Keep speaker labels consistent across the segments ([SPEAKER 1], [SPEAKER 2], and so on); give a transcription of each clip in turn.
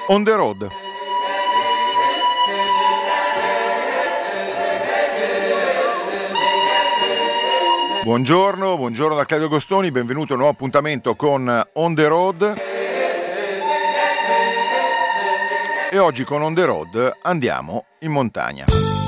[SPEAKER 1] On the road. Buongiorno da Claudio Agostoni, benvenuto a un nuovo appuntamento con On the road. E oggi con On the road andiamo in montagna.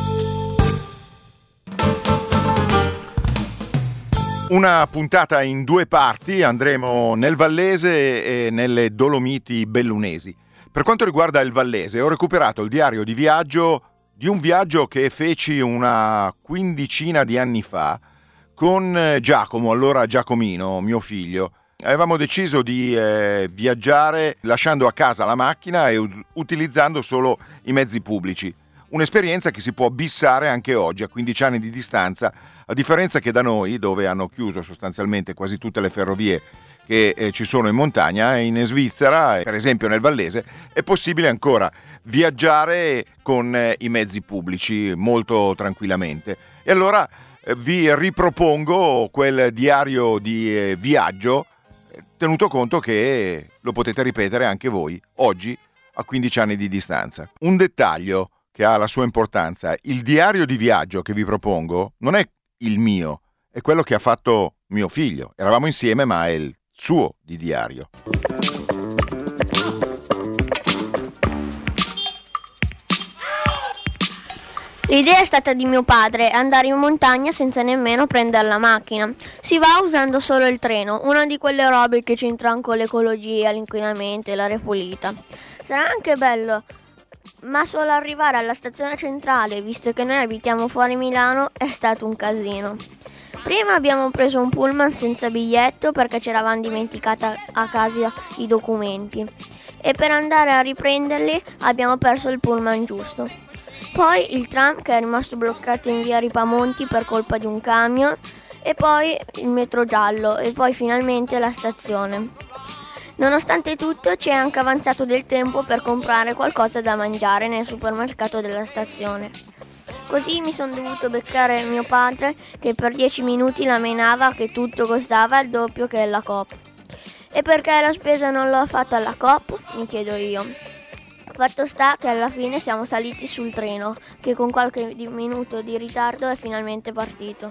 [SPEAKER 1] Una puntata in due parti, andremo nel Vallese e nelle Dolomiti Bellunesi. Per quanto riguarda il Vallese, ho recuperato il diario di viaggio di un viaggio che feci una quindicina di anni fa con Giacomo, allora Giacomino, mio figlio. Avevamo deciso di viaggiare lasciando a casa la macchina e utilizzando solo i mezzi pubblici. Un'esperienza che si può bissare anche oggi, a 15 anni di distanza, a differenza che da noi, dove hanno chiuso sostanzialmente quasi tutte le ferrovie che ci sono in montagna, in Svizzera, per esempio nel Vallese, è possibile ancora viaggiare con i mezzi pubblici molto tranquillamente. E allora vi ripropongo quel diario di viaggio, tenuto conto che lo potete ripetere anche voi oggi a 15 anni di distanza. Un dettaglio che ha la sua importanza: il diario di viaggio che vi propongo non è il mio, è quello che ha fatto mio figlio. Eravamo insieme, ma è il suo di diario.
[SPEAKER 2] L'idea è stata di mio padre, andare in montagna senza nemmeno prendere la macchina. Si va usando solo il treno, una di quelle robe che c'entrano con l'ecologia, l'inquinamento e l'aria pulita. Sarà anche bello, ma solo arrivare alla stazione centrale, visto che noi abitiamo fuori Milano, è stato un casino. Prima abbiamo preso un pullman senza biglietto perché ci eravamo dimenticata a casa i documenti e per andare a riprenderli abbiamo perso il pullman giusto. Poi il tram che è rimasto bloccato in via Ripamonti per colpa di un camion e poi il metro giallo e poi finalmente la stazione. Nonostante tutto ci è anche avanzato del tempo per comprare qualcosa da mangiare nel supermercato della stazione. Così mi sono dovuto beccare mio padre che per 10 minuti la menava che tutto costava il doppio che la Coop. E perché la spesa non l'ho fatta alla Coop? Mi chiedo io. Fatto sta che alla fine siamo saliti sul treno che con qualche minuto di ritardo è finalmente partito.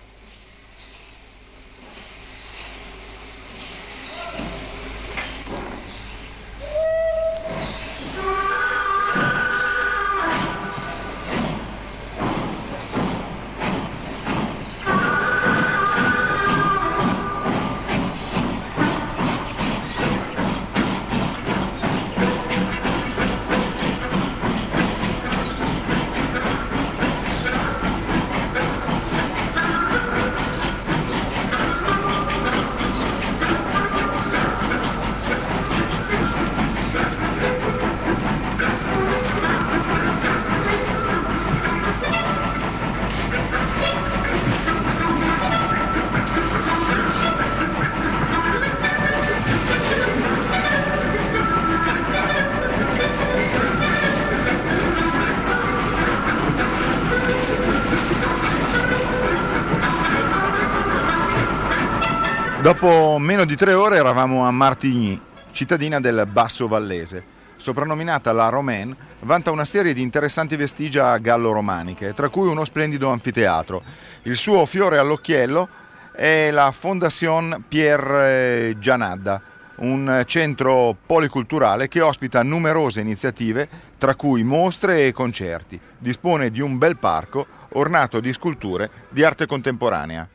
[SPEAKER 1] Dopo meno di 3 ore eravamo a Martigny, cittadina del Basso Vallese. Soprannominata La Romaine, vanta una serie di interessanti vestigia gallo-romaniche, tra cui uno splendido anfiteatro. Il suo fiore all'occhiello è la Fondation Pierre Gianadda, un centro policulturale che ospita numerose iniziative, tra cui mostre e concerti. Dispone di un bel parco ornato di sculture di arte contemporanea.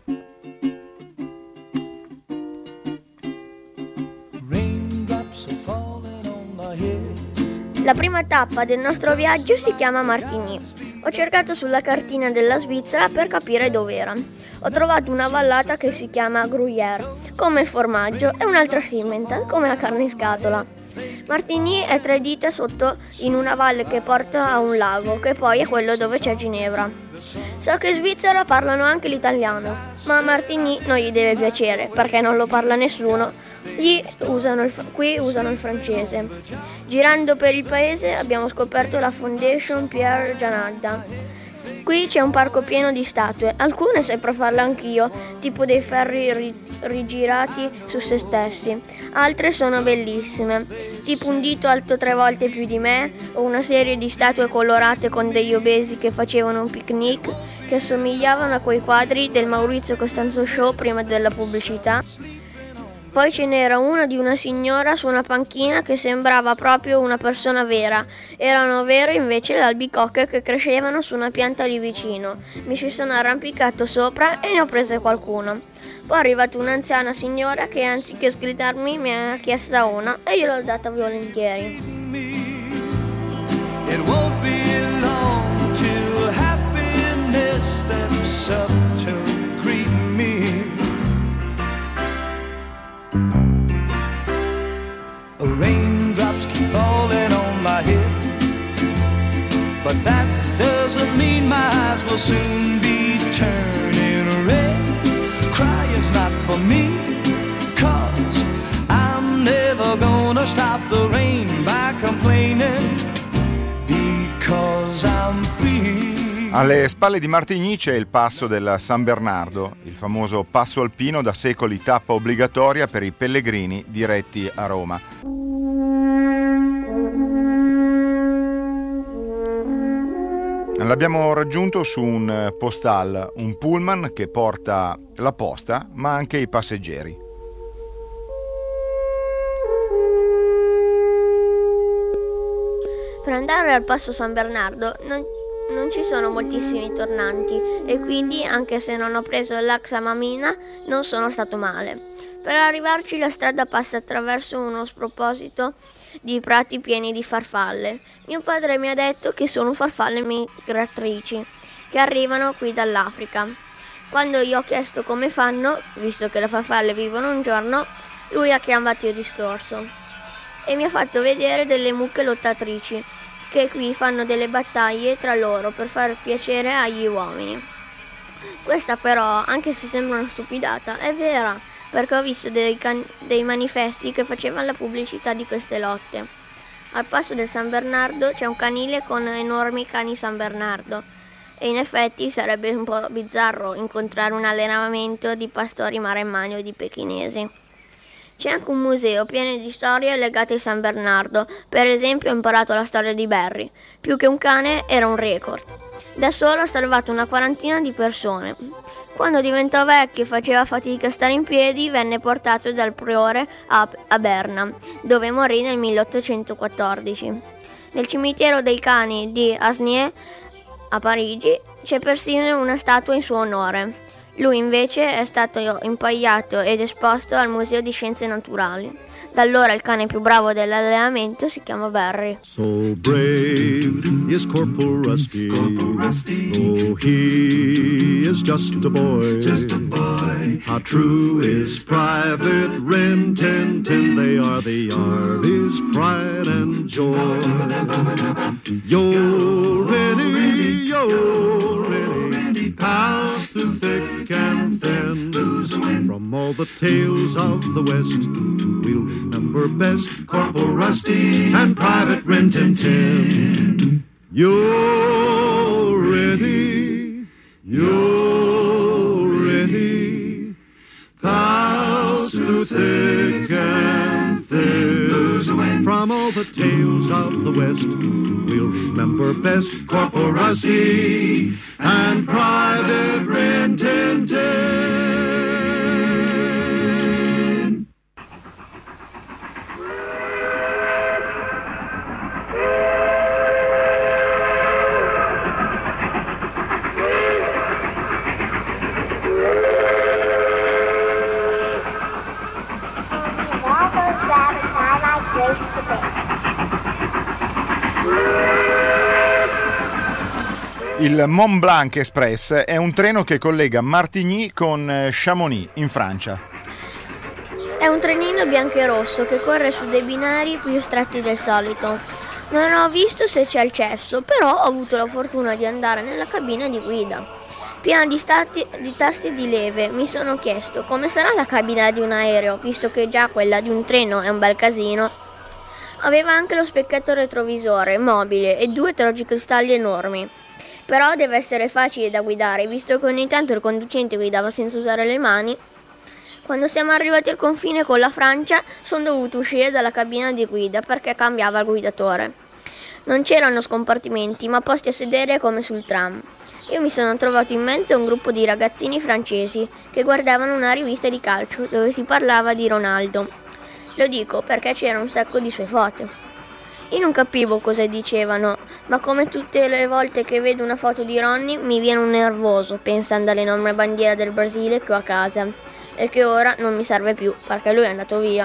[SPEAKER 2] La prima tappa del nostro viaggio si chiama Martigny. Ho cercato sulla cartina della Svizzera per capire dov'era. Ho trovato una vallata che si chiama Gruyère, come il formaggio, e un'altra Simmental, come la carne in scatola. Martigny è 3 dita sotto in una valle che porta a un lago, che poi è quello dove c'è Ginevra. So che in Svizzera parlano anche l'italiano, ma a Martigny non gli deve piacere, perché non lo parla nessuno. Qui usano il francese. Girando per il paese abbiamo scoperto la Fondation Pierre Gianadda. Qui c'è un parco pieno di statue, alcune saprò farle anch'io, tipo dei ferri rigirati su se stessi, altre sono bellissime, tipo un dito alto 3 volte più di me, o una serie di statue colorate con degli obesi che facevano un picnic, che assomigliavano a quei quadri del Maurizio Costanzo Show prima della pubblicità. Poi ce n'era una di una signora su una panchina che sembrava proprio una persona vera. Erano vere invece le albicocche che crescevano su una pianta lì vicino. Mi ci sono arrampicato sopra e ne ho prese qualcuno. Poi è arrivata un'anziana signora che anziché sgridarmi mi ha chiesta una e gliel'ho data volentieri.
[SPEAKER 3] It won't be long till happiness steps up to greet me. Raindrops keep falling on my head, but that doesn't mean my eyes will soon be turning red. Crying's not for me, 'cause I'm never gonna stop the rain by complaining, because I'm free.
[SPEAKER 1] Alle spalle di Martigny c'è il passo del San Bernardo, il famoso passo alpino da secoli tappa obbligatoria per i pellegrini diretti a Roma. L'abbiamo raggiunto su un postal, un pullman che porta la posta ma anche i passeggeri.
[SPEAKER 2] Per andare al passo San Bernardo non ci sono moltissimi tornanti e quindi, anche se non ho preso l'Axa Mamina, non sono stato male. Per arrivarci la strada passa attraverso uno sproposito di prati pieni di farfalle. Mio padre mi ha detto che sono farfalle migratrici che arrivano qui dall'Africa. Quando gli ho chiesto come fanno, visto che le farfalle vivono un giorno, lui ha chiamato il discorso e mi ha fatto vedere delle mucche lottatrici che qui fanno delle battaglie tra loro per far piacere agli uomini. Questa però, anche se sembra una stupidata, è vera, perché ho visto dei manifesti che facevano la pubblicità di queste lotte. Al passo del San Bernardo c'è un canile con enormi cani San Bernardo e in effetti sarebbe un po' bizzarro incontrare un allenamento di pastori maremmani o di pechinesi. C'è anche un museo pieno di storie legate a San Bernardo. Per esempio ho imparato la storia di Barry. Più che un cane era un record. Da solo ha salvato una quarantina di persone. Quando diventò vecchio e faceva fatica a stare in piedi, venne portato dal priore a Berna, dove morì nel 1814. Nel cimitero dei cani di Asnières, a Parigi, c'è persino una statua in suo onore. Lui invece è stato impagliato ed esposto al Museo di Scienze Naturali. Da allora il cane più bravo dell'allenamento si chiama Barry.
[SPEAKER 4] So brave is Corporal Rusty, oh he is just a boy, how true is Private Rin Tin Tin, they are the Army's pride and joy. You're ready, pass through thick and thin, from all the tales of the West, we'll remember best Corporal Rusty and Private Rin Tin Tin. You're ready, pass through thick and thin, from all the tales of the West, we'll remember best Corporal Rusty and Private Rin Tin Tin.
[SPEAKER 1] Il Mont Blanc Express è un treno che collega Martigny con Chamonix, in Francia.
[SPEAKER 2] È un trenino bianco e rosso che corre su dei binari più stretti del solito. Non ho visto se c'è il cesso, però ho avuto la fortuna di andare nella cabina di guida. Piena di tasti di leve, mi sono chiesto come sarà la cabina di un aereo, visto che già quella di un treno è un bel casino. Aveva anche lo specchietto retrovisore mobile e 2 tergicristalli enormi. Però deve essere facile da guidare, visto che ogni tanto il conducente guidava senza usare le mani. Quando siamo arrivati al confine con la Francia, sono dovuto uscire dalla cabina di guida perché cambiava il guidatore. Non c'erano scompartimenti, ma posti a sedere come sul tram. Io mi sono trovato in mezzo a un gruppo di ragazzini francesi che guardavano una rivista di calcio dove si parlava di Ronaldo. Lo dico perché c'era un sacco di sue foto. Io non capivo cosa dicevano, ma come tutte le volte che vedo una foto di Ronny mi viene un nervoso pensando all'enorme bandiera del Brasile che ho a casa e che ora non mi serve più perché lui è andato via.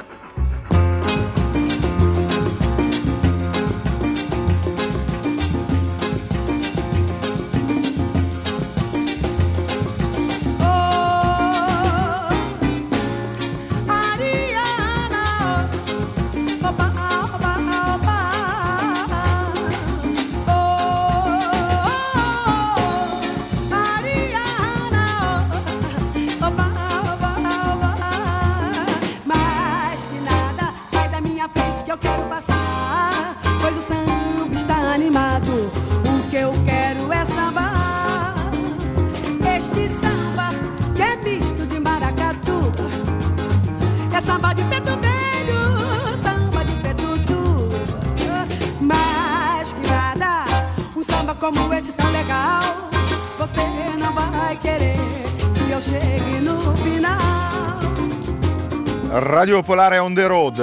[SPEAKER 5] Como esse tão legal, você não vai querer que eu chegue no final.
[SPEAKER 1] Radio Popolare on the road.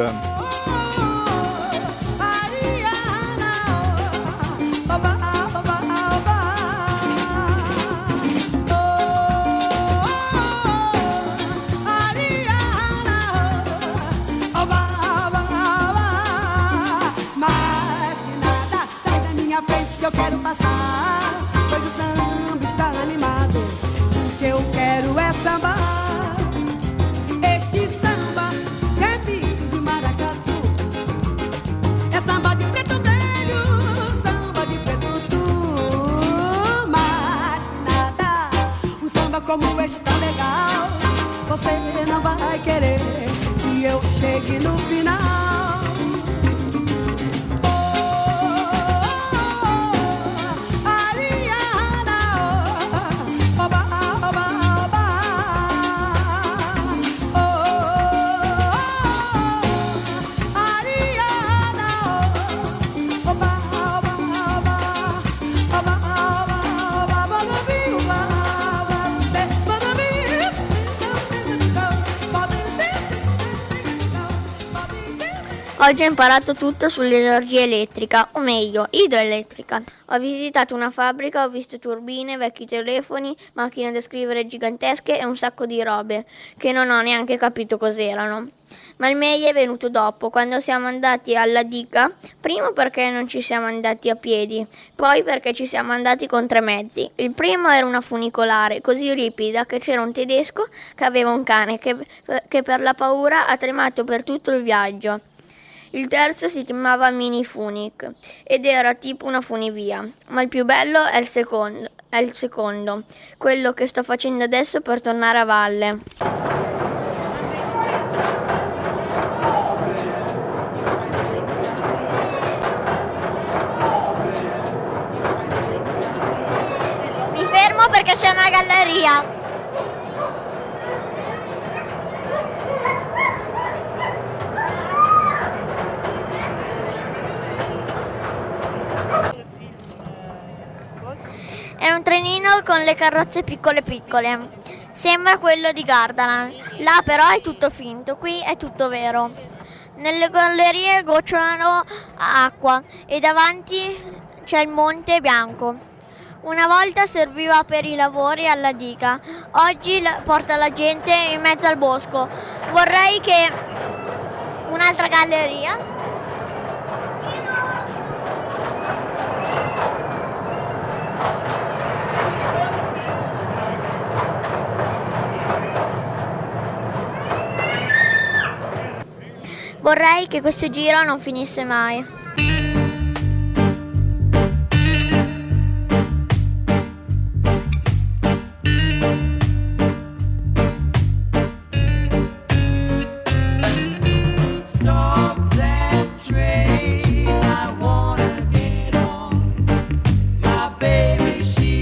[SPEAKER 5] Eu quero passar, pois o samba está animado. O que eu quero é sambar. Este samba é misto de maracatu. É samba de preto velho, samba de preto tu. Mas que nada, um samba como este tão legal, você não vai querer que eu chegue no final.
[SPEAKER 2] Oggi ho imparato tutto sull'energia elettrica, o meglio, idroelettrica. Ho visitato una fabbrica, ho visto turbine, vecchi telefoni, macchine da scrivere gigantesche e un sacco di robe che non ho neanche capito cos'erano. Ma il meglio è venuto dopo, quando siamo andati alla diga, primo perché non ci siamo andati a piedi, poi perché ci siamo andati con 3 mezzi. Il primo era una funicolare, così ripida che c'era un tedesco che aveva un cane che per la paura ha tremato per tutto il viaggio. Il terzo si chiamava Mini Funic ed era tipo una funivia, ma il più bello è il secondo, quello che sto facendo adesso per tornare a valle. Mi fermo perché c'è una galleria. È un trenino con le carrozze piccole piccole. Sembra quello di Gardaland. Là però è tutto finto, qui è tutto vero. Nelle gallerie gocciolano acqua e davanti c'è il Monte Bianco. Una volta serviva per i lavori alla diga, oggi porta la gente in mezzo al bosco. Vorrei che un'altra galleria. Vorrei che questo giro non finisse mai.
[SPEAKER 3] She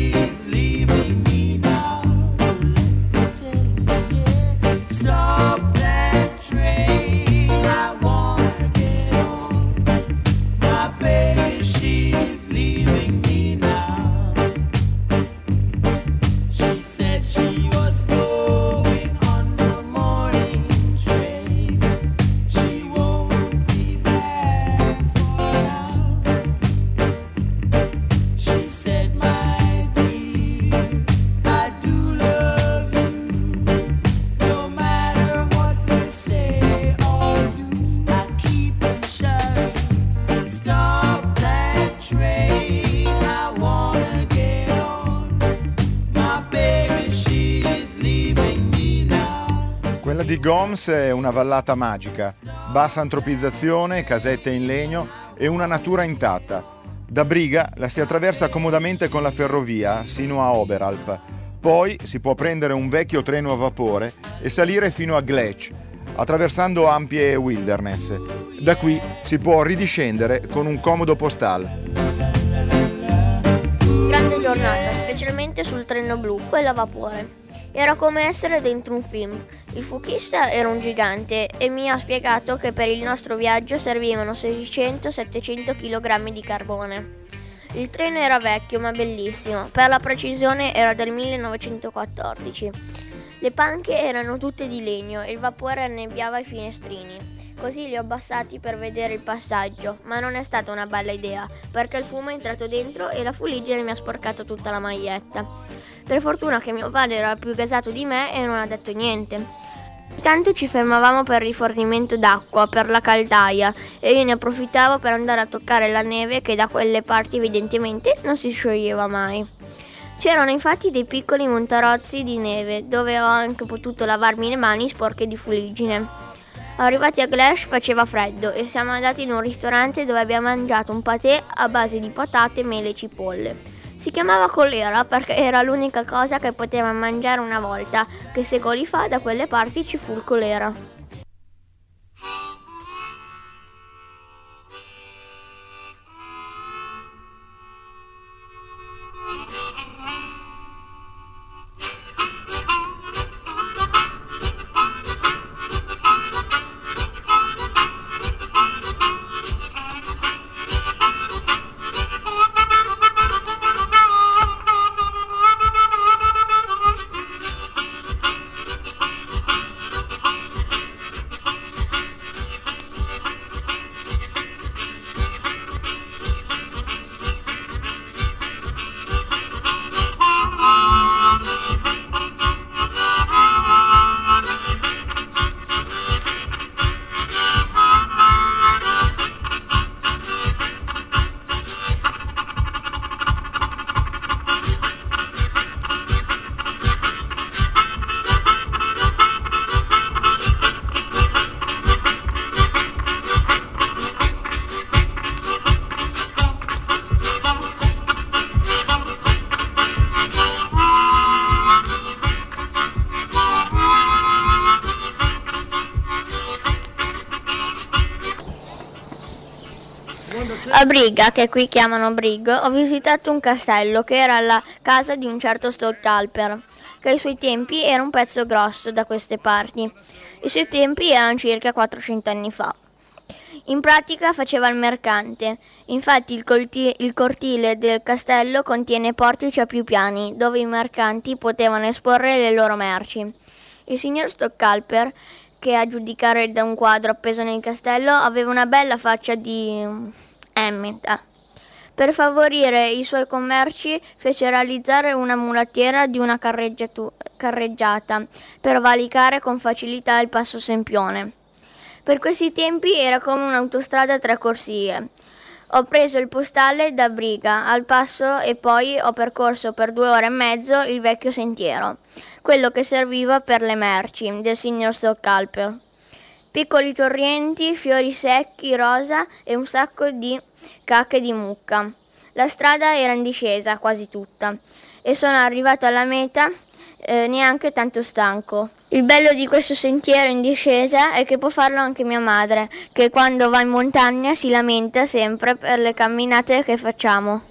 [SPEAKER 1] Goms è una vallata magica, bassa antropizzazione, casette in legno e una natura intatta. Da Briga la si attraversa comodamente con la ferrovia sino a Oberalp. Poi si può prendere un vecchio treno a vapore e salire fino a Glech, attraversando ampie wilderness. Da qui si può ridiscendere con un comodo postal.
[SPEAKER 2] Grande giornata, specialmente sul treno blu, quello a vapore. Era come essere dentro un film. Il fuchista era un gigante e mi ha spiegato che per il nostro viaggio servivano 600-700 kg di carbone. Il treno era vecchio ma bellissimo, per la precisione era del 1914. Le panche erano tutte di legno e il vapore annebbiava i finestrini. Così li ho abbassati per vedere il passaggio, ma non è stata una bella idea, perché il fumo è entrato dentro e la fuliggine mi ha sporcato tutta la maglietta. Per fortuna che mio padre era più gasato di me e non ha detto niente. Intanto ci fermavamo per rifornimento d'acqua, per la caldaia, e io ne approfittavo per andare a toccare la neve che da quelle parti evidentemente non si scioglieva mai. C'erano infatti dei piccoli montarozzi di neve, dove ho anche potuto lavarmi le mani sporche di fuliggine. Arrivati a Glech faceva freddo e siamo andati in un ristorante dove abbiamo mangiato un patè a base di patate, mele e cipolle. Si chiamava Colera perché era l'unica cosa che potevamo mangiare una volta, che secoli fa da quelle parti ci fu il colera. A Briga, che qui chiamano Brig, ho visitato un castello che era la casa di un certo Stockalper, che ai suoi tempi era un pezzo grosso da queste parti. I suoi tempi erano circa 400 anni fa. In pratica faceva il mercante, infatti il cortile del castello contiene portici a più piani, dove i mercanti potevano esporre le loro merci. Il signor Stockalper, che a giudicare da un quadro appeso nel castello, aveva una bella faccia di Emmet. Per favorire i suoi commerci fece realizzare una mulattiera di una carreggiata per valicare con facilità il passo Sempione. Per questi tempi era come un'autostrada a 3 corsie. Ho preso il postale da Briga al passo e poi ho percorso per 2 ore e mezzo il vecchio sentiero, quello che serviva per le merci del signor Stockalper. Piccoli torrenti, fiori secchi, rosa e un sacco di cacche di mucca. La strada era in discesa quasi tutta e sono arrivato alla meta neanche tanto stanco. Il bello di questo sentiero in discesa è che può farlo anche mia madre, che quando va in montagna si lamenta sempre per le camminate che facciamo.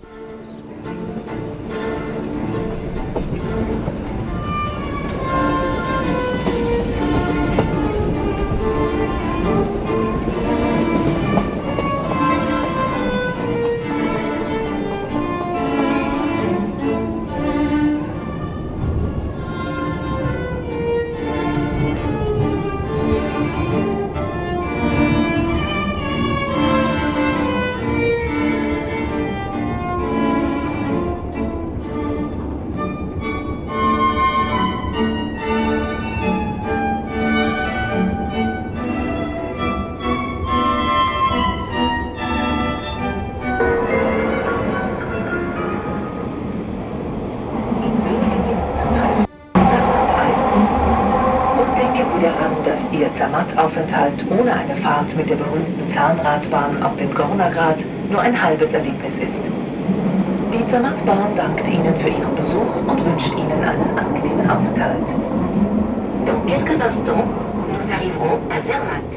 [SPEAKER 6] Zermatt-Aufenthalt ohne eine Fahrt mit der berühmten Zahnradbahn auf den Gornergrat nur ein halbes Erlebnis ist. Die Zermatt-Bahn dankt Ihnen für Ihren Besuch und wünscht Ihnen einen angenehmen Aufenthalt.
[SPEAKER 7] Dans quelques instants, nous arriverons à Zermatt.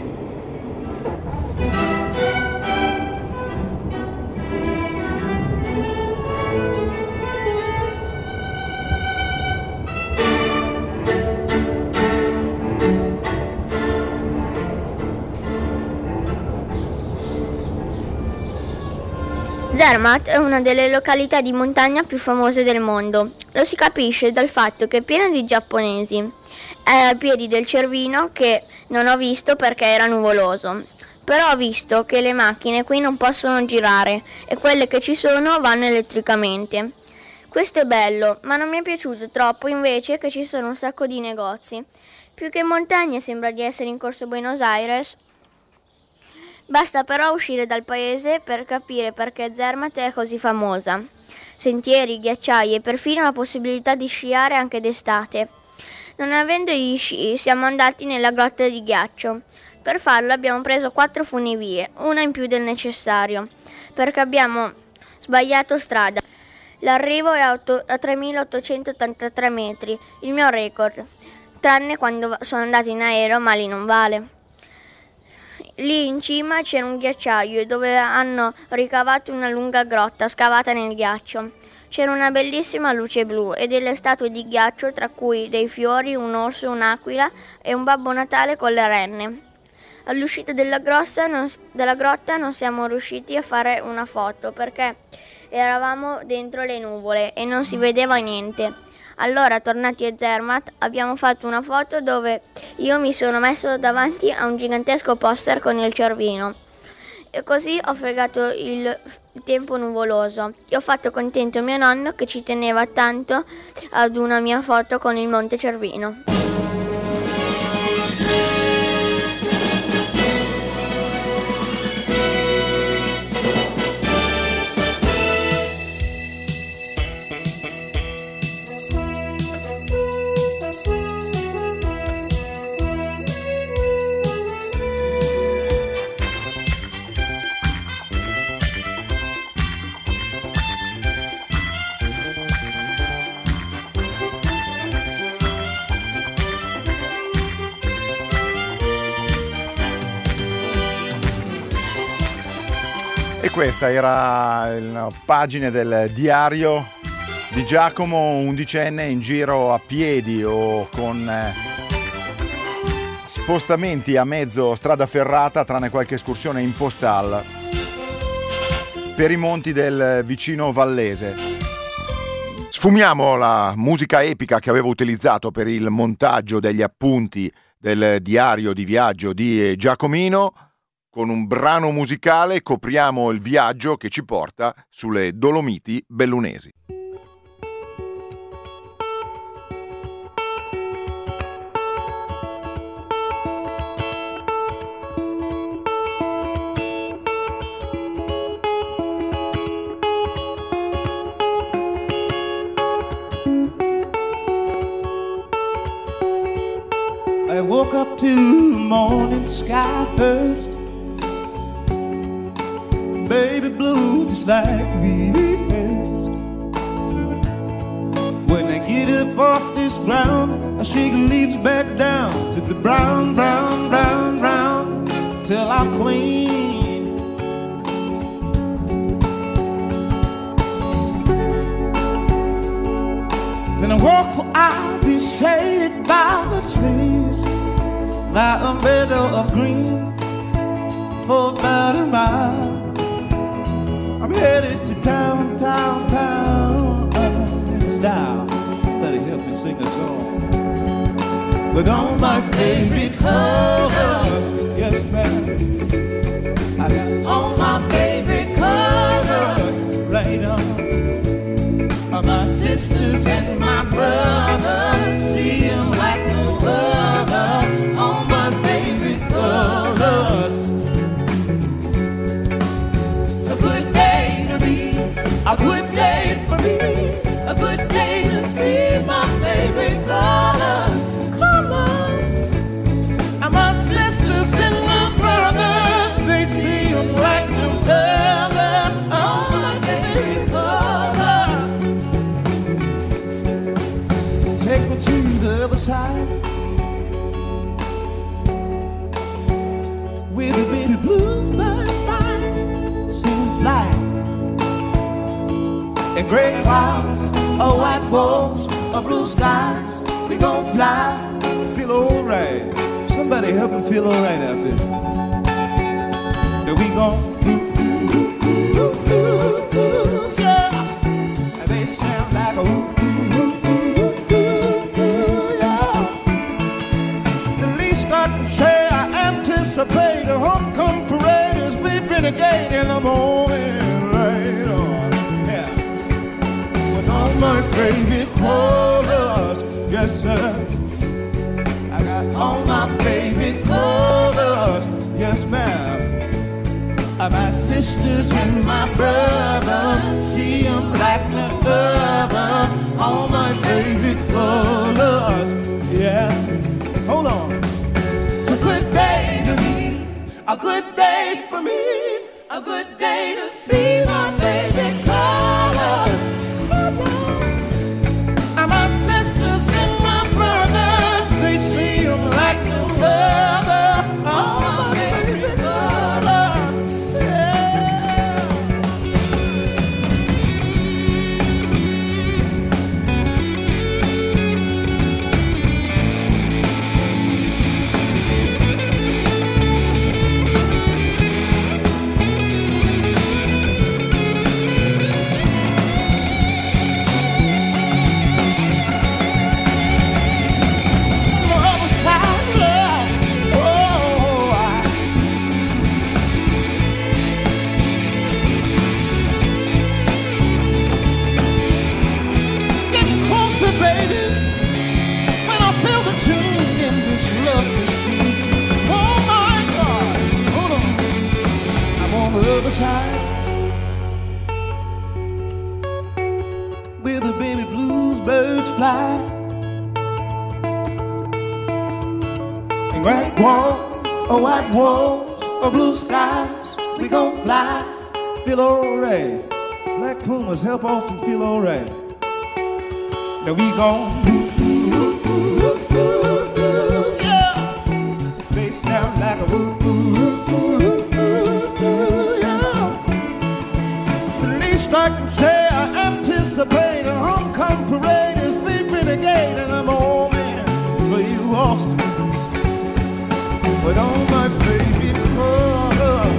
[SPEAKER 2] Zermatt è una delle località di montagna più famose del mondo. Lo si capisce dal fatto che è piena di giapponesi. È ai piedi del Cervino, che non ho visto perché era nuvoloso. Però ho visto che le macchine qui non possono girare e quelle che ci sono vanno elettricamente. Questo è bello, ma non mi è piaciuto troppo invece che ci sono un sacco di negozi. Più che montagne sembra di essere in corso Buenos Aires. Basta però uscire dal paese per capire perché Zermatt è così famosa. Sentieri, ghiacciai e perfino la possibilità di sciare anche d'estate. Non avendo gli sci, siamo andati nella grotta di ghiaccio. Per farlo abbiamo preso 4 funivie, una in più del necessario, perché abbiamo sbagliato strada. L'arrivo è a 3.883 metri, il mio record, tranne quando sono andata in aereo, ma lì non vale. Lì in cima c'era un ghiacciaio dove hanno ricavato una lunga grotta scavata nel ghiaccio. C'era una bellissima luce blu e delle statue di ghiaccio, tra cui dei fiori, un orso, un'aquila e un Babbo Natale con le renne. All'uscita della grotta non siamo riusciti a fare una foto perché eravamo dentro le nuvole e non si vedeva niente. Allora, tornati a Zermatt, abbiamo fatto una foto dove io mi sono messo davanti a un gigantesco poster con il Cervino. E così ho fregato il tempo nuvoloso. E ho fatto contento mio nonno che ci teneva tanto ad una mia foto con il Monte Cervino.
[SPEAKER 1] E questa era la pagina del diario di Giacomo, undicenne, in giro a piedi o con spostamenti a mezzo strada ferrata, tranne qualche escursione in postal per i monti del vicino Vallese. Sfumiamo la musica epica che avevo utilizzato per il montaggio degli appunti del diario di viaggio di Giacomino. Con un brano musicale copriamo il viaggio che ci porta sulle Dolomiti bellunesi.
[SPEAKER 3] I woke up to the morning sky first. Baby blue just like the rest. When I get up off this ground, I shake the leaves back down to the brown, brown, brown, brown, till I'm clean. Then I walk where I'll be shaded by the trees, by a meadow of green, for about a mile. I'm headed to town, town, town, in style. Somebody help me sing a song. With all my favorite colors, yes ma'am. I got all my favorite colors right on. My sisters and my brothers, see them like no other. All my favorite colors. A good day for me, a good day to see my favorite colors, colors. I must say other side, where the baby blues birds fly, sing fly, and gray clouds, or white walls, or blue skies, we gon' fly, feel alright. Somebody help him feel alright out there. That we gon' yeah, and they sound like a yeah. The least I can say, I anticipate a homecoming parade as we renegade in the morning, right on, yeah. With all my favorite colors, yes sir. I got all my favorite colors, yes ma'am. My sisters and my brothers, see 'em like no other. All my favorite colors, yeah. Hold on. It's a good day to me, a good day for me, a good day to see my favorite colors. And my sisters and my brothers, they see 'em like no other. All my favorite colors. Side, where the baby blues birds fly, and white walls, or white walls, or blue skies, we gon' fly, feel alright. Black Pumas help Austin feel alright. Now we gon' yeah. They sound like a woo. I can say I anticipate a homecoming parade as we renegade in the moment for you, Austin, with all my favorite colors.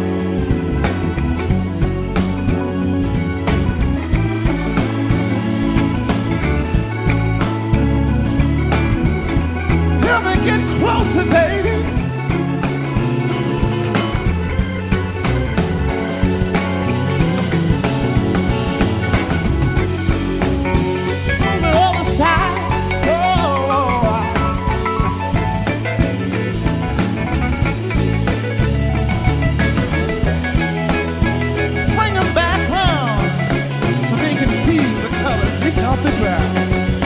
[SPEAKER 3] Help me get closer, baby. Off the ground.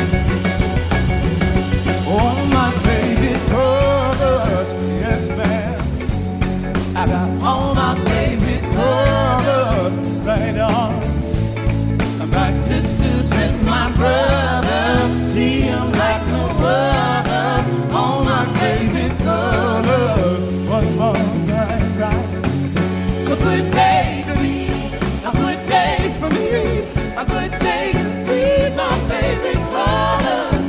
[SPEAKER 3] All my favorite colors, yes ma'am. I got all my favorite colors right on. My sisters and my brothers, see 'em like no other. All my favorite colors, one more right. So good day to me, a good day for me, a good day to see my favorite colors,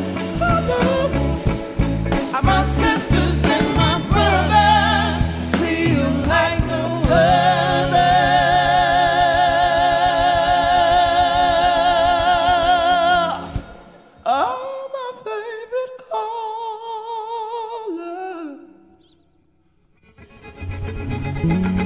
[SPEAKER 3] my sisters and my brothers, see 'em like no other. All my favorite colors.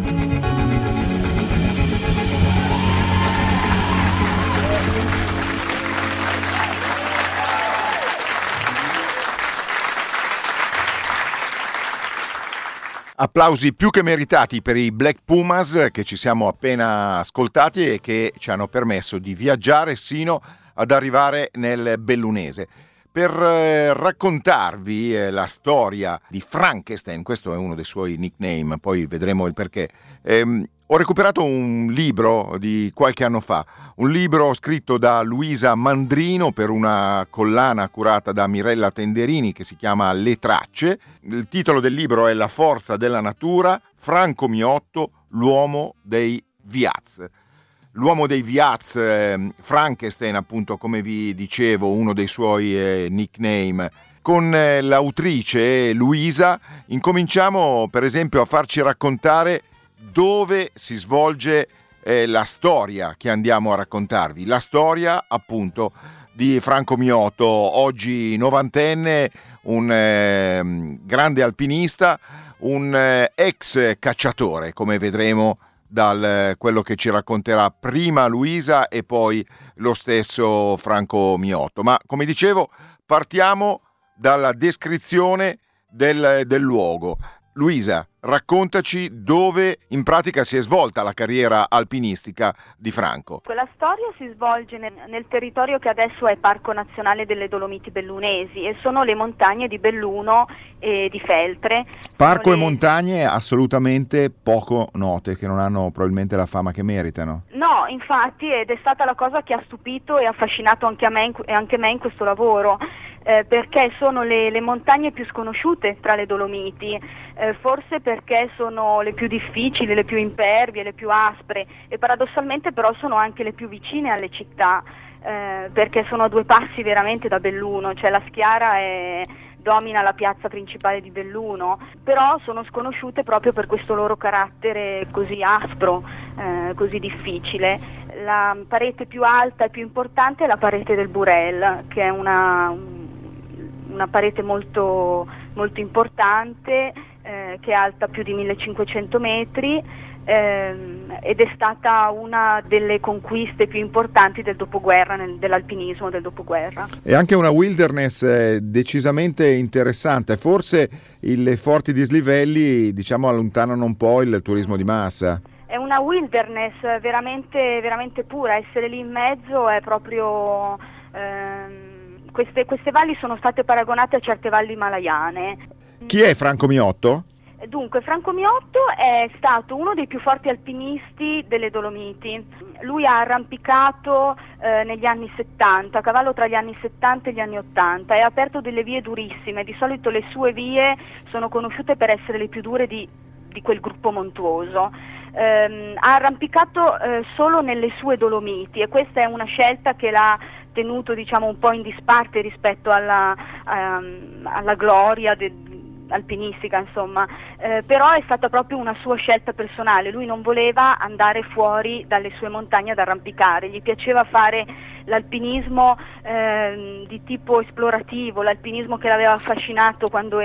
[SPEAKER 1] Applausi più che meritati per i Black Pumas che ci siamo appena ascoltati e che ci hanno permesso di viaggiare sino ad arrivare nel bellunese. Per raccontarvi la storia di Frankenstein, questo è uno dei suoi nickname, poi vedremo il perché, Ho recuperato un libro di qualche anno fa, un libro scritto da Luisa Mandrino per una collana curata da Mirella Tenderini che si chiama Le Tracce. Il titolo del libro è La forza della natura, Franco Miotto, l'uomo dei Viaz. L'uomo dei Viaz, Frankenstein appunto, come vi dicevo, uno dei suoi nickname. Con l'autrice Luisa incominciamo per esempio a farci raccontare dove si svolge la storia che andiamo a raccontarvi, la storia appunto di Franco Miotto, oggi novantenne, un grande alpinista, un ex cacciatore, come vedremo da quello che ci racconterà prima Luisa e poi lo stesso Franco Miotto. Ma come dicevo, partiamo dalla descrizione del luogo. Luisa, raccontaci dove in pratica si è svolta la carriera alpinistica di Franco.
[SPEAKER 8] Quella storia si svolge nel territorio che adesso è Parco Nazionale delle Dolomiti Bellunesi e sono le montagne di Belluno e di Feltre.
[SPEAKER 9] Parco e montagne assolutamente poco note, che non hanno probabilmente la fama che meritano.
[SPEAKER 8] No, infatti, ed è stata la cosa che ha stupito e affascinato anche me in questo lavoro. Perché sono le montagne più sconosciute tra le Dolomiti, forse perché sono le più difficili, le più impervie, le più aspre e paradossalmente però sono anche le più vicine alle città, perché sono a 2 passi veramente da Belluno, cioè la Schiara domina la piazza principale di Belluno, però sono sconosciute proprio per questo loro carattere così aspro, così difficile. La parete più alta e più importante è la parete del Burel, che è una parete molto, molto importante, che è alta più di 1500 metri ed è stata una delle conquiste più importanti del dopoguerra, dell'alpinismo del dopoguerra.
[SPEAKER 9] E anche una wilderness decisamente interessante, forse le forti dislivelli allontanano un po' il turismo di massa.
[SPEAKER 8] È una wilderness veramente, veramente pura, essere lì in mezzo è proprio... Queste valli sono state paragonate a certe valli himalayane.
[SPEAKER 9] Chi è Franco Miotto?
[SPEAKER 8] Dunque, Franco Miotto è stato uno dei più forti alpinisti delle Dolomiti. Lui ha arrampicato negli anni 70, a cavallo tra gli anni 70 e gli anni 80, e ha aperto delle vie durissime. Di solito le sue vie sono conosciute per essere le più dure di quel gruppo montuoso. Ha arrampicato solo nelle sue Dolomiti e questa è una scelta che l'ha tenuto un po' in disparte rispetto alla gloria alpinistica, insomma, però è stata proprio una sua scelta personale. Lui non voleva andare fuori dalle sue montagne ad arrampicare, gli piaceva fare l'alpinismo di tipo esplorativo, l'alpinismo che l'aveva affascinato quando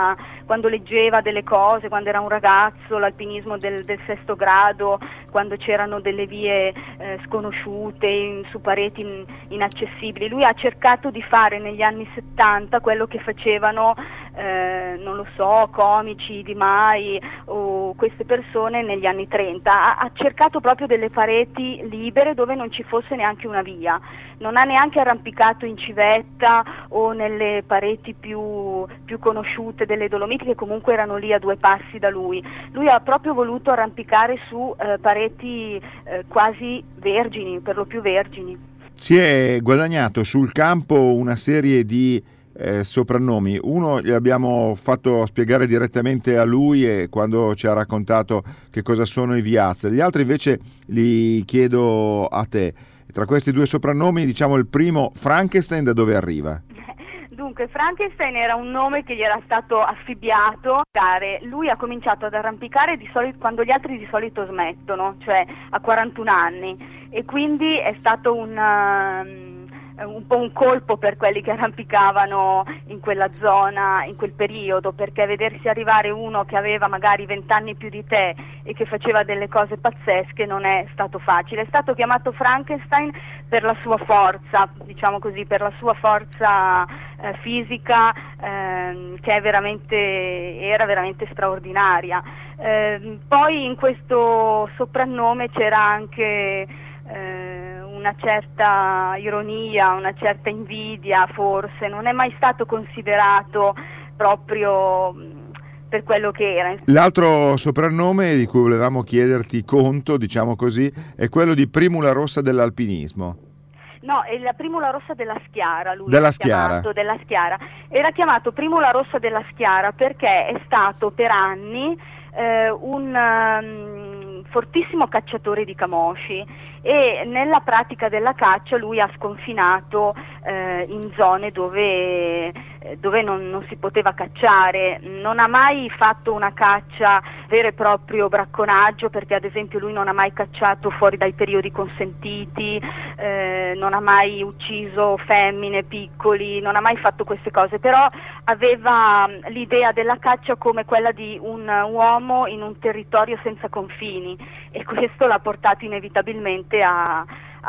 [SPEAKER 8] leggeva delle cose, quando era un ragazzo, l'alpinismo del 6° grado, quando c'erano delle vie sconosciute su pareti inaccessibili. Lui ha cercato di fare negli anni 70 quello che facevano non lo so, comici di Mai o queste persone negli anni 30. Ha cercato proprio delle pareti libere dove non ci fosse neanche una via. Non ha neanche arrampicato in civetta o nelle pareti più conosciute delle Dolomiti, che comunque erano lì a 2 passi da lui. Lui ha proprio voluto arrampicare su pareti quasi vergini, per lo più vergini.
[SPEAKER 9] Si è guadagnato sul campo una serie di soprannomi. Uno gli abbiamo fatto spiegare direttamente a lui e quando ci ha raccontato che cosa sono i Viaz. Gli altri invece li chiedo a te. Tra questi 2 soprannomi, il primo, Frankenstein, da dove arriva?
[SPEAKER 8] Dunque, Frankenstein era un nome che gli era stato affibbiato. Lui ha cominciato ad arrampicare di solito quando gli altri di solito smettono, cioè a 41 anni, e quindi è stato un po' un colpo per quelli che arrampicavano in quella zona, in quel periodo, perché vedersi arrivare uno che aveva magari 20 anni più di te e che faceva delle cose pazzesche non è stato facile. È stato chiamato Frankenstein per la sua forza, per la sua forza fisica, che era veramente straordinaria. Poi in questo soprannome c'era anche una certa ironia, una certa invidia, forse. Non è mai stato considerato proprio per quello che era.
[SPEAKER 9] L'altro soprannome di cui volevamo chiederti conto, diciamo così, è quello di Primula Rossa dell'alpinismo.
[SPEAKER 8] No, è la Primula Rossa della Schiara, lui
[SPEAKER 9] Della
[SPEAKER 8] era
[SPEAKER 9] Schiara.
[SPEAKER 8] chiamato, della Schiara. Era chiamato Primula Rossa della Schiara perché è stato per anni un fortissimo cacciatore di camosci, e nella pratica della caccia lui ha sconfinato in zone dove non si poteva cacciare. Non ha mai fatto una caccia vero e proprio bracconaggio, perché ad esempio lui non ha mai cacciato fuori dai periodi consentiti, non ha mai ucciso femmine, piccoli, non ha mai fatto queste cose, però aveva l'idea della caccia come quella di un uomo in un territorio senza confini, e questo l'ha portato inevitabilmente a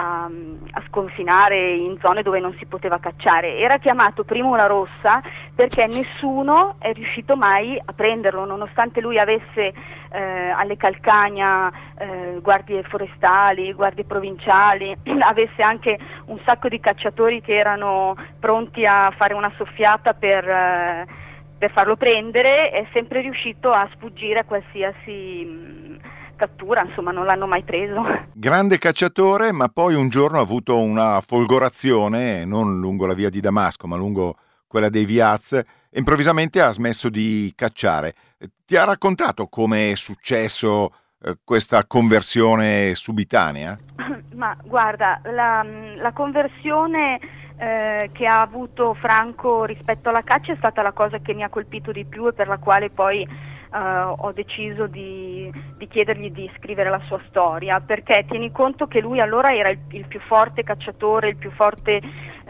[SPEAKER 8] sconfinare in zone dove non si poteva cacciare. Era chiamato Primula Rossa perché nessuno è riuscito mai a prenderlo, nonostante lui avesse alle Calcagna guardie forestali, guardie provinciali, avesse anche un sacco di cacciatori che erano pronti a fare una soffiata per farlo prendere, è sempre riuscito a sfuggire a qualsiasi cattura, insomma non l'hanno mai preso.
[SPEAKER 1] Grande cacciatore, ma poi un giorno ha avuto una folgorazione, non lungo la via di Damasco, ma lungo quella dei Viaz, e improvvisamente ha smesso di cacciare. Ti ha raccontato come è successo questa conversione subitanea?
[SPEAKER 8] Ma guarda, la conversione che ha avuto Franco rispetto alla caccia è stata la cosa che mi ha colpito di più, e per la quale poi ho deciso di chiedergli di scrivere la sua storia, perché tieni conto che lui allora era il più forte cacciatore, il più forte,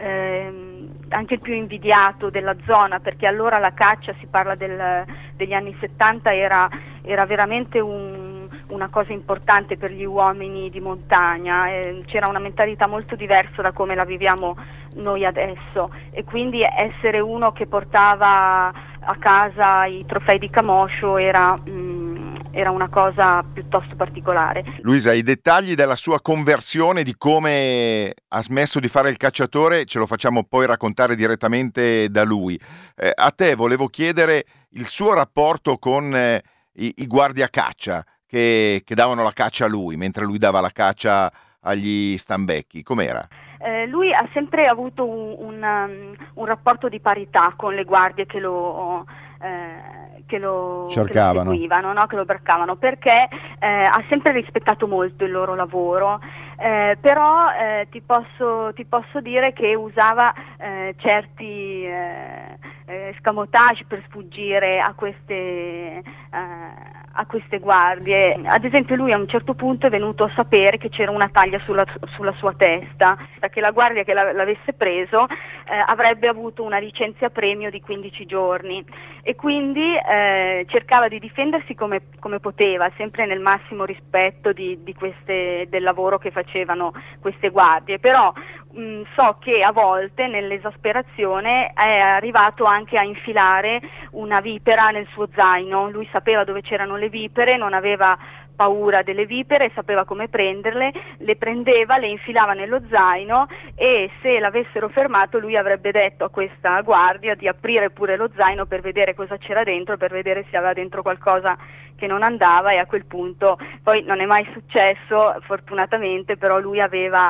[SPEAKER 8] anche il più invidiato della zona, perché allora la caccia, si parla degli anni 70, era veramente una cosa importante per gli uomini di montagna, c'era una mentalità molto diversa da come la viviamo noi adesso, e quindi essere uno che portava a casa i trofei di camoscio era una cosa piuttosto particolare.
[SPEAKER 1] Luisa, i dettagli della sua conversione, di come ha smesso di fare il cacciatore, ce lo facciamo poi raccontare direttamente da lui. A te volevo chiedere il suo rapporto con i guardia caccia che davano la caccia a lui, mentre lui dava la caccia agli stambecchi. Com'era?
[SPEAKER 8] Lui ha sempre avuto un rapporto di parità con le guardie che lo
[SPEAKER 9] cercavano,
[SPEAKER 8] seguivano, no? Che lo braccavano, perché ha sempre rispettato molto il loro lavoro, però ti posso dire che usava certi escamotage per sfuggire a queste guardie. Ad esempio lui a un certo punto è venuto a sapere che c'era una taglia sulla sua testa, che la guardia che l'avesse preso avrebbe avuto una licenzia premio di 15 giorni, e quindi cercava di difendersi come poteva, sempre nel massimo rispetto del lavoro che facevano queste guardie, però so che a volte nell'esasperazione è arrivato anche a infilare una vipera nel suo zaino. Lui sapeva dove c'erano le vipere, non aveva paura delle vipere, sapeva come prenderle, le prendeva, le infilava nello zaino, e se l'avessero fermato lui avrebbe detto a questa guardia di aprire pure lo zaino per vedere cosa c'era dentro, per vedere se aveva dentro qualcosa che non andava, e a quel punto poi non è mai successo fortunatamente, però lui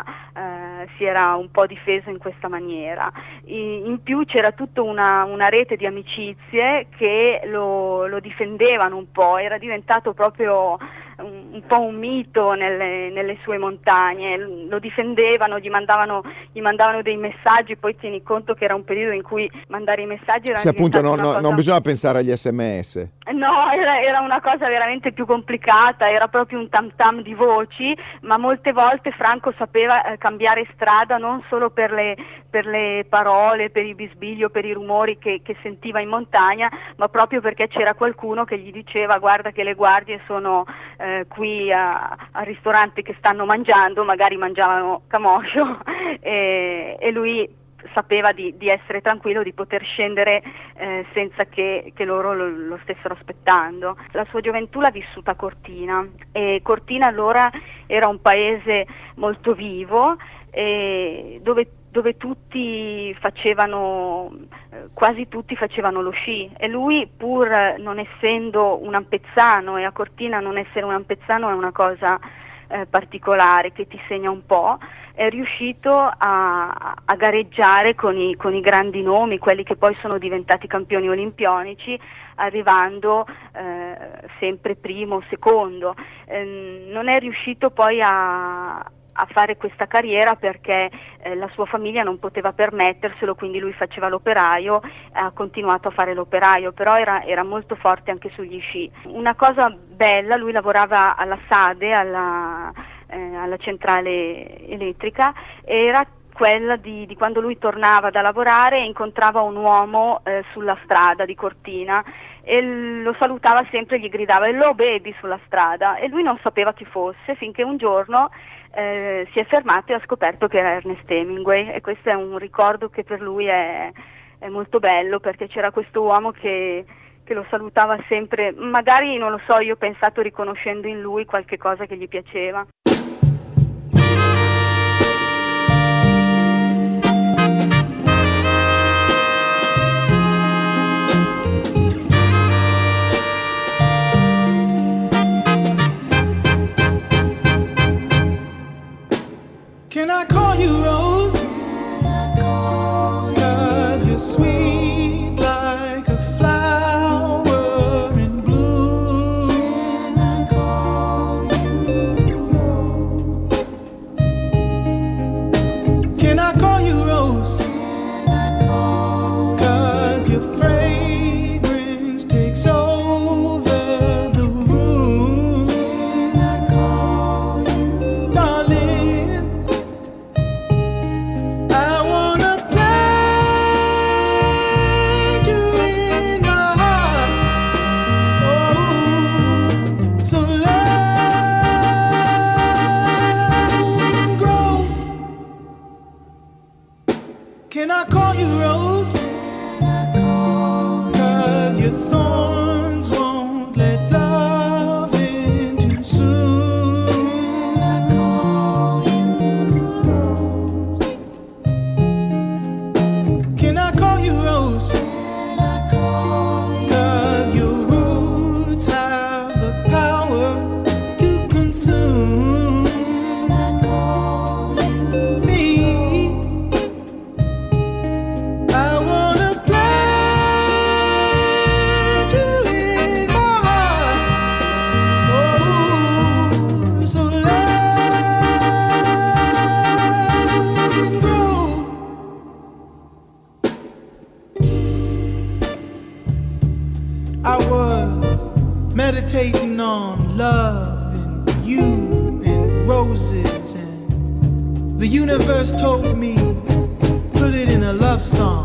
[SPEAKER 8] si era un po' difeso in questa maniera. In più c'era tutta una rete di amicizie che lo difendevano un po', era diventato proprio un po' un mito nelle sue montagne, lo difendevano, gli mandavano dei messaggi. Poi tieni conto che era un periodo in cui mandare i messaggi era
[SPEAKER 9] appunto non bisogna pensare agli SMS.
[SPEAKER 8] No, era una cosa veramente più complicata, era proprio un tam tam di voci, ma molte volte Franco sapeva cambiare strada non solo per le parole, per i bisbigli o per i rumori che sentiva in montagna, ma proprio perché c'era qualcuno che gli diceva: guarda che le guardie sono qui al ristorante che stanno mangiando, magari mangiavano camoscio, e lui sapeva di essere tranquillo, di poter scendere senza che loro lo stessero aspettando. La sua gioventù l'ha vissuta a Cortina, e Cortina allora era un paese molto vivo, dove dove quasi tutti facevano lo sci, e lui, pur non essendo un ampezzano, e a Cortina non essere un ampezzano è una cosa particolare che ti segna un po', è riuscito a gareggiare con i grandi nomi, quelli che poi sono diventati campioni olimpionici, arrivando sempre primo o secondo. Non è riuscito poi a fare questa carriera perché la sua famiglia non poteva permetterselo, quindi lui faceva l'operaio, ha continuato a fare l'operaio, però era molto forte anche sugli sci. Una cosa bella, lui lavorava alla SADE, alla centrale elettrica, era quella di quando lui tornava da lavorare e incontrava un uomo sulla strada di Cortina e lo salutava sempre e gli gridava "Hello baby" sulla strada, e lui non sapeva chi fosse, finché un giorno si è fermato e ha scoperto che era Ernest Hemingway, e questo è un ricordo che per lui è molto bello, perché c'era questo uomo che lo salutava sempre, magari, non lo so, io ho pensato riconoscendo in lui qualche cosa che gli piaceva.
[SPEAKER 3] Can I call you Rose? 'Cause you're sweet like a flower in bloom. Can I call you Rose? Can I call you Rose? 'Cause your fragrance takes over the room. Can I call you, darling? Can I call you Rose? 'Cause your thorns won't let love in too soon. Can I call you Rose? Can I call you Rose? 'Cause your roots have the power to consume. Can I call you me? I was meditating on love and you and roses, and the universe told me, put it in a love song.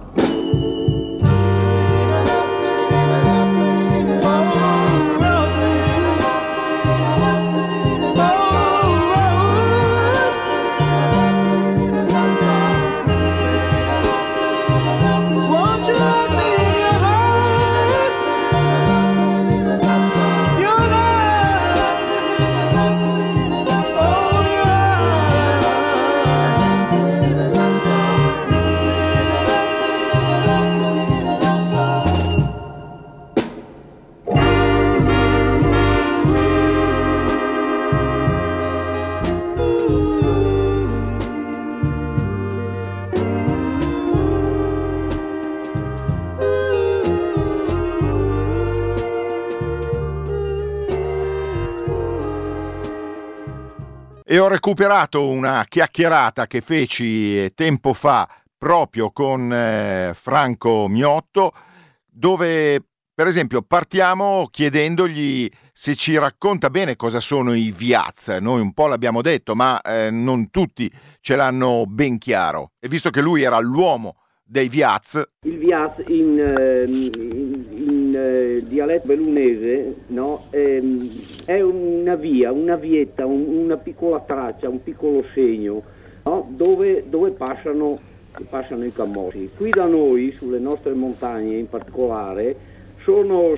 [SPEAKER 1] E ho recuperato una chiacchierata che feci tempo fa proprio con Franco Miotto, dove per esempio partiamo chiedendogli se ci racconta bene cosa sono i Viaz. Noi un po' l'abbiamo detto, ma non tutti ce l'hanno ben chiaro. E visto che lui era l'uomo dei Viaz.
[SPEAKER 10] Il Viaz in dialetto bellunese, no? È una via, una vietta, una piccola traccia, un piccolo segno, no? dove passano i camossi. Qui da noi, sulle nostre montagne in particolare, sono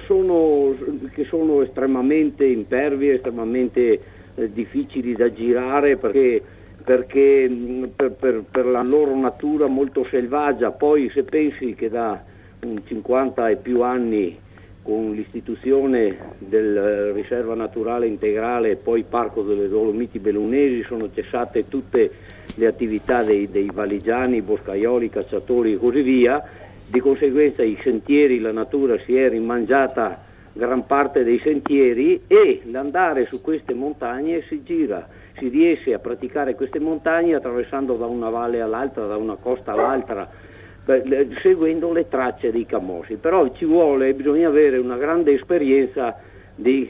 [SPEAKER 10] estremamente impervie, estremamente difficili da girare, perché perché per la loro natura molto selvaggia. Poi se pensi che da 50 e più anni, con l'istituzione del riserva naturale integrale e poi Parco delle Dolomiti Bellunesi, sono cessate tutte le attività dei valigiani, boscaioli, cacciatori e così via. Di conseguenza i sentieri, la natura si è rimangiata gran parte dei sentieri, e l'andare su queste montagne si riesce a praticare queste montagne attraversando da una valle all'altra, da una costa all'altra, seguendo le tracce dei camossi. Però bisogna avere una grande esperienza di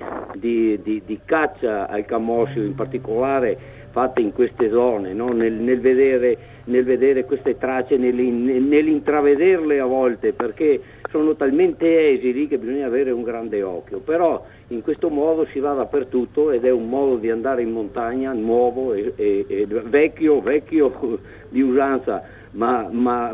[SPEAKER 10] caccia al camossi, in particolare fatte in queste zone, no? nel vedere queste tracce, nell'intravederle a volte, perché sono talmente esili che bisogna avere un grande occhio. Però in questo modo si va dappertutto, ed è un modo di andare in montagna nuovo e vecchio di usanza, ma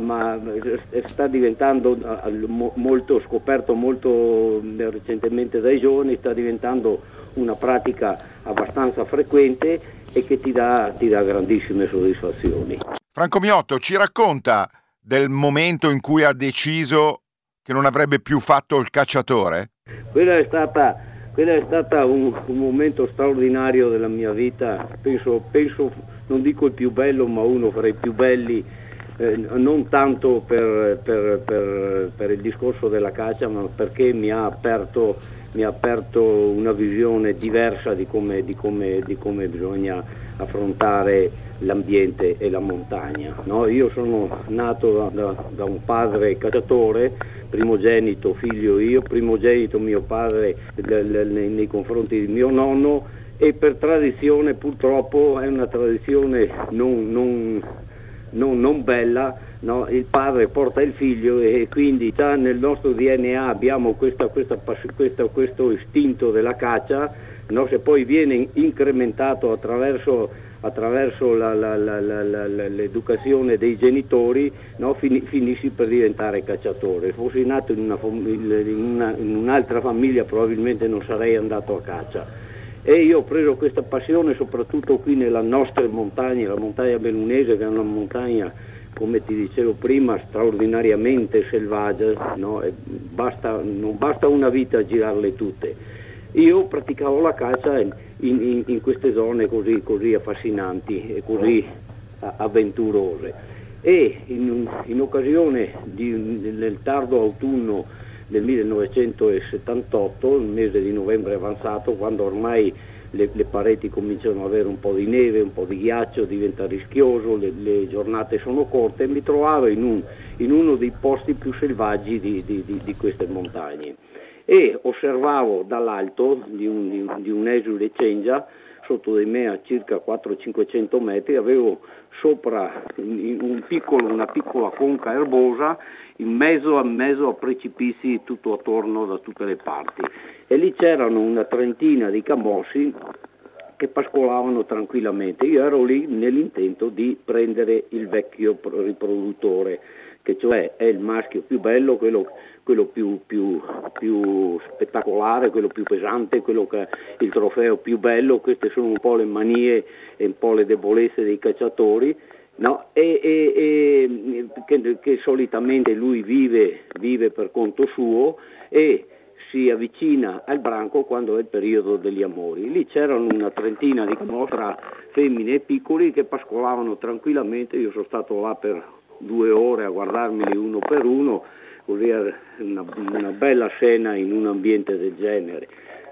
[SPEAKER 10] sta diventando scoperto molto recentemente dai giovani, sta diventando una pratica abbastanza frequente e che ti dà grandissime soddisfazioni.
[SPEAKER 1] Franco Miotto ci racconta del momento in cui ha deciso che non avrebbe più fatto il cacciatore?
[SPEAKER 10] Quella è stata un momento straordinario della mia vita, penso, non dico il più bello, ma uno fra i più belli, non tanto per il discorso della caccia, ma perché mi ha aperto una visione diversa di come bisogna affrontare l'ambiente e la montagna, no? Io sono nato da un padre cacciatore, primogenito figlio io, primogenito mio padre nei confronti di mio nonno, e per tradizione, purtroppo è una tradizione non bella, no? Il padre porta il figlio, e quindi già nel nostro DNA abbiamo questo istinto della caccia, no? Se poi viene incrementato attraverso l'educazione dei genitori, no? Finisci per diventare cacciatore. Fossi nato in un'altra famiglia probabilmente non sarei andato a caccia. E io ho preso questa passione soprattutto qui nella nostra montagna, la montagna bellunese, che è una montagna, come ti dicevo prima, straordinariamente selvaggia, no? Non basta una vita a girarle tutte. Io praticavo la caccia in queste zone così affascinanti e così avventurose, e in occasione nel tardo autunno del 1978, il mese di novembre avanzato, quando ormai le pareti cominciano ad avere un po' di neve, un po' di ghiaccio, diventa rischioso, le giornate sono corte, mi trovavo in uno dei posti più selvaggi di queste montagne, e osservavo dall'alto di un esule cengia, sotto di me a circa 400-500 metri, avevo sopra una piccola conca erbosa, in mezzo a precipizi tutto attorno da tutte le parti, e lì c'erano una trentina di camossi che pascolavano tranquillamente. Io ero lì nell'intento di prendere il vecchio riproduttore, che cioè è il maschio più bello, quello più spettacolare, quello più pesante, quello che è il trofeo più bello. Queste sono un po' le manie e un po' le debolezze dei cacciatori, no? E che solitamente lui vive per conto suo e si avvicina al branco quando è il periodo degli amori. Lì c'erano una trentina di camossi, femmine e piccoli, che pascolavano tranquillamente. Io sono stato là per 2 ore a guardarmeli uno per uno, così una bella scena in un ambiente del genere.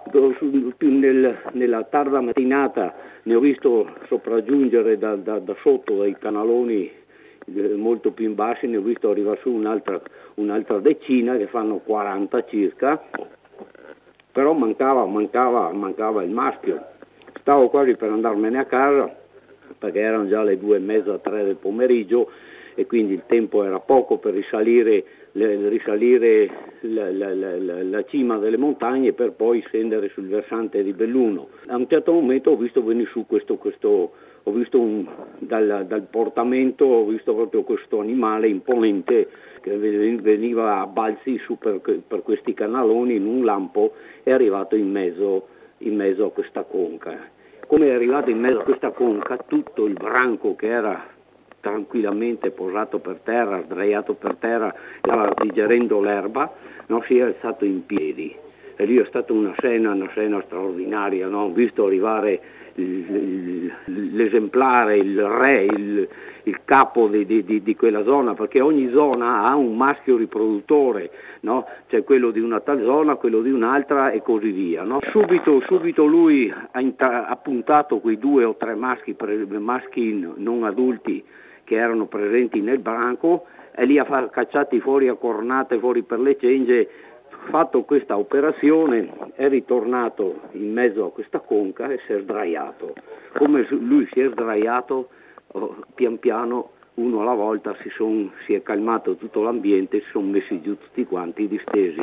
[SPEAKER 10] Nella tarda mattinata ne ho visto sopraggiungere da sotto dai canaloni molto più in bassi, ne ho visto arrivare su un'altra decina, che fanno 40 circa, però mancava il maschio. Stavo quasi per andarmene a casa, perché erano già le 2:30, 3 del pomeriggio, e quindi il tempo era poco per risalire la cima delle montagne per poi scendere sul versante di Belluno. A un certo momento ho visto venire su ho visto dal portamento, ho visto proprio questo animale imponente che veniva a balzi su per questi canaloni in un lampo, è arrivato in mezzo a questa conca. come è arrivato in mezzo a questa conca, tutto il branco che era tranquillamente posato per terra, sdraiato per terra, stava digerendo l'erba, no, si è alzato in piedi. E lì è stata una scena straordinaria, no? Ho visto arrivare l'esemplare, il re, il capo di quella zona, perché ogni zona ha un maschio riproduttore, no? C'è quello di una tal zona, quello di un'altra e così via, no? Subito lui ha puntato quei 2 o 3 maschi non adulti che erano presenti nel branco e li ha cacciati fuori a cornate, fuori per le cengie. Fatto questa operazione è ritornato in mezzo a questa conca e si è sdraiato. Come lui si è sdraiato, pian piano, uno alla volta, si è calmato tutto l'ambiente, si sono messi giù tutti quanti distesi.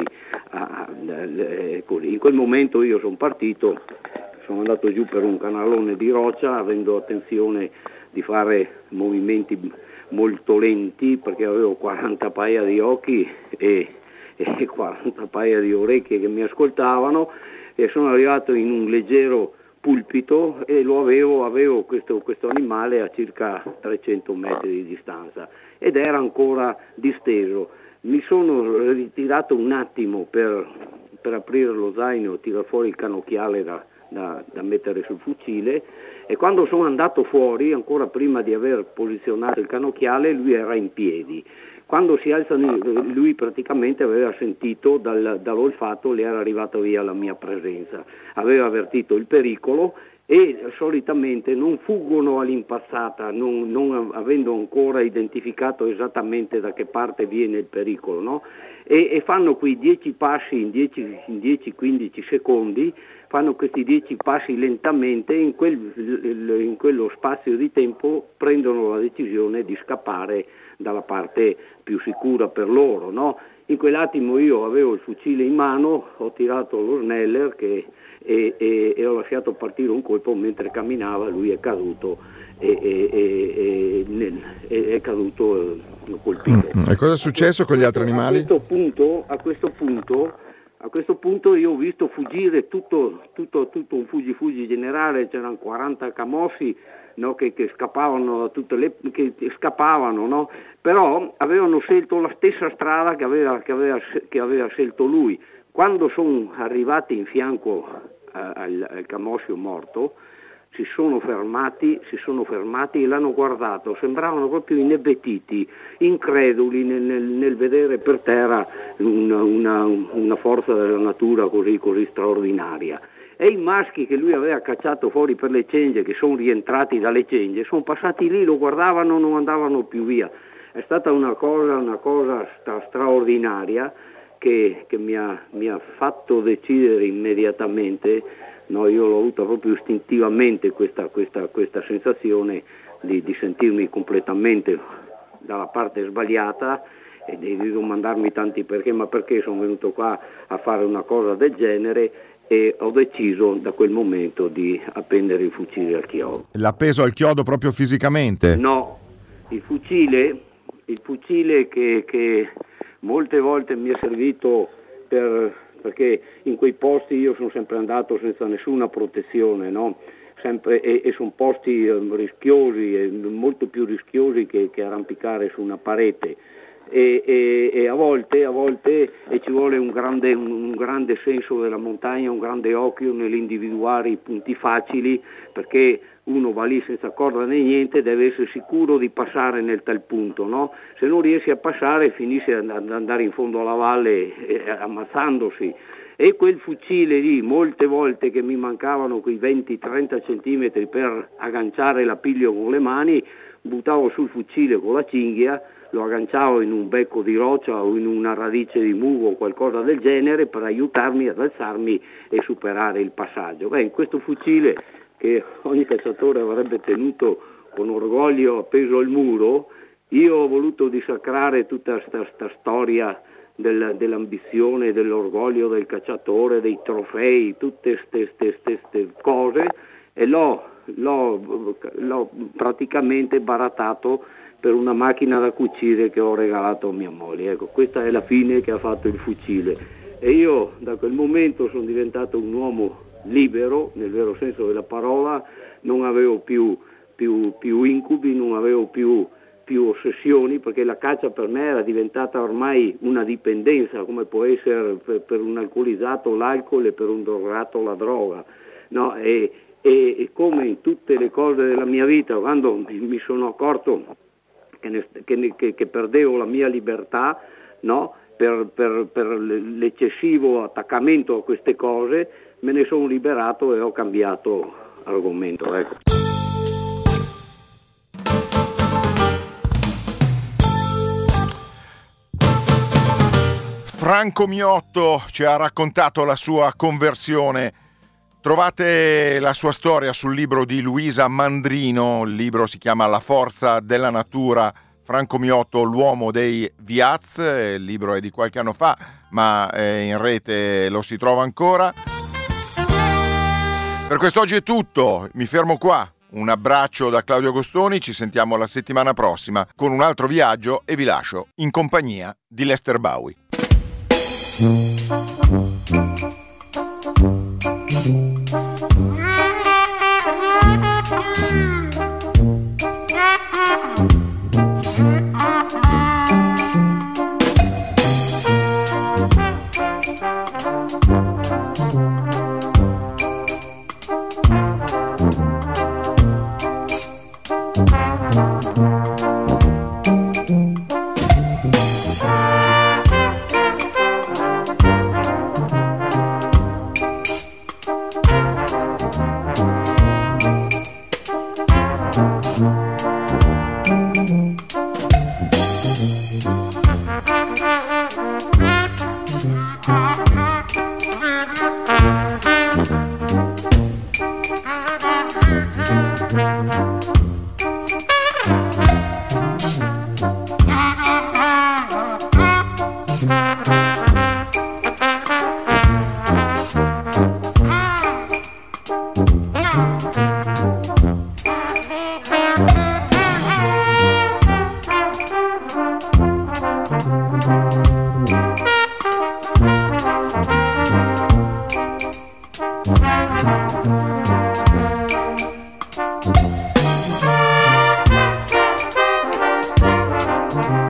[SPEAKER 10] Così. In quel momento io sono partito, sono andato giù per un canalone di roccia, avendo attenzione di fare movimenti molto lenti, perché avevo 40 paia di occhi e 40 paia di orecchie che mi ascoltavano, e sono arrivato in un leggero pulpito e avevo questo animale a circa 300 metri di distanza ed era ancora disteso. Mi sono ritirato un attimo per aprire lo zaino, tirare fuori il canocchiale da mettere sul fucile, e quando sono andato fuori, ancora prima di aver posizionato il canocchiale, lui era in piedi. Quando si alza lui praticamente aveva sentito dall'olfatto, le era arrivata via la mia presenza, aveva avvertito il pericolo e solitamente non fuggono all'impazzata, non avendo ancora identificato esattamente da che parte viene il pericolo, no? E fanno quei 10 passi in 10-15 secondi, fanno questi 10 passi lentamente, in quello spazio di tempo prendono la decisione di scappare dalla parte più sicura per loro, no? In quell'attimo io avevo il fucile in mano, ho tirato lo Sneller e ho lasciato partire un colpo mentre camminava, lui è caduto è caduto colpito.
[SPEAKER 1] E cosa è successo con gli altri animali?
[SPEAKER 10] A questo punto io ho visto fuggire tutto un fuggi generale, c'erano 40 camossi, no, che scappavano, che scappavano, no? Però avevano scelto la stessa strada che aveva scelto lui. Quando sono arrivati in fianco al camoscio morto, si sono fermati e l'hanno guardato, sembravano proprio inebetiti, increduli nel vedere per terra una forza della natura così straordinaria. E i maschi che lui aveva cacciato fuori per le cengie, che sono rientrati dalle cengie, sono passati lì, lo guardavano, non andavano più via. È stata una cosa straordinaria che mi ha fatto decidere immediatamente. No, io l'ho avuta proprio istintivamente questa sensazione di sentirmi completamente dalla parte sbagliata e di domandarmi tanti perché, ma perché sono venuto qua a fare una cosa del genere, e ho deciso da quel momento di appendere il fucile al chiodo.
[SPEAKER 1] L'ha appeso al chiodo proprio fisicamente?
[SPEAKER 10] No, il fucile che molte volte mi è servito perché in quei posti io sono sempre andato senza nessuna protezione, no? Sempre, e sono posti rischiosi, molto più rischiosi che arrampicare su una parete. E a volte ci vuole un grande senso della montagna, un grande occhio nell'individuare i punti facili, perché uno va lì senza corda né niente, deve essere sicuro di passare nel tal punto, no? Se non riesci a passare finisce ad andare in fondo alla valle ammazzandosi. E quel fucile lì, molte volte che mi mancavano quei 20-30 centimetri per agganciare l'appiglio con le mani, buttavo sul fucile con la cinghia, lo agganciavo in un becco di roccia o in una radice di mugo o qualcosa del genere per aiutarmi ad alzarmi e superare il passaggio. In questo fucile, che ogni cacciatore avrebbe tenuto con orgoglio appeso al muro, io ho voluto dissacrare tutta questa storia dell'ambizione, dell'orgoglio del cacciatore, dei trofei, tutte queste cose, e l'ho praticamente baratato per una macchina da cucire che ho regalato a mia moglie. Ecco, questa è la fine che ha fatto il fucile, e io da quel momento sono diventato un uomo libero, nel vero senso della parola, non avevo più incubi, non avevo più ossessioni, perché la caccia per me era diventata ormai una dipendenza, come può essere per un alcolizzato l'alcol e per un drogato la droga, no? E come in tutte le cose della mia vita, quando mi sono accorto che perdevo la mia libertà, no? Per l'eccessivo attaccamento a queste cose, me ne sono liberato e ho cambiato argomento, ecco.
[SPEAKER 1] Franco Miotto ci ha raccontato la sua conversione. Trovate la sua storia sul libro di Luisa Mandrino, il libro si chiama La forza della natura, Franco Miotto, l'uomo dei Viaz, il libro è di qualche anno fa, ma in rete lo si trova ancora. Per quest'oggi è tutto, mi fermo qua. Un abbraccio da Claudio Agostoni, ci sentiamo la settimana prossima con un altro viaggio e vi lascio in compagnia di Lester Bowie.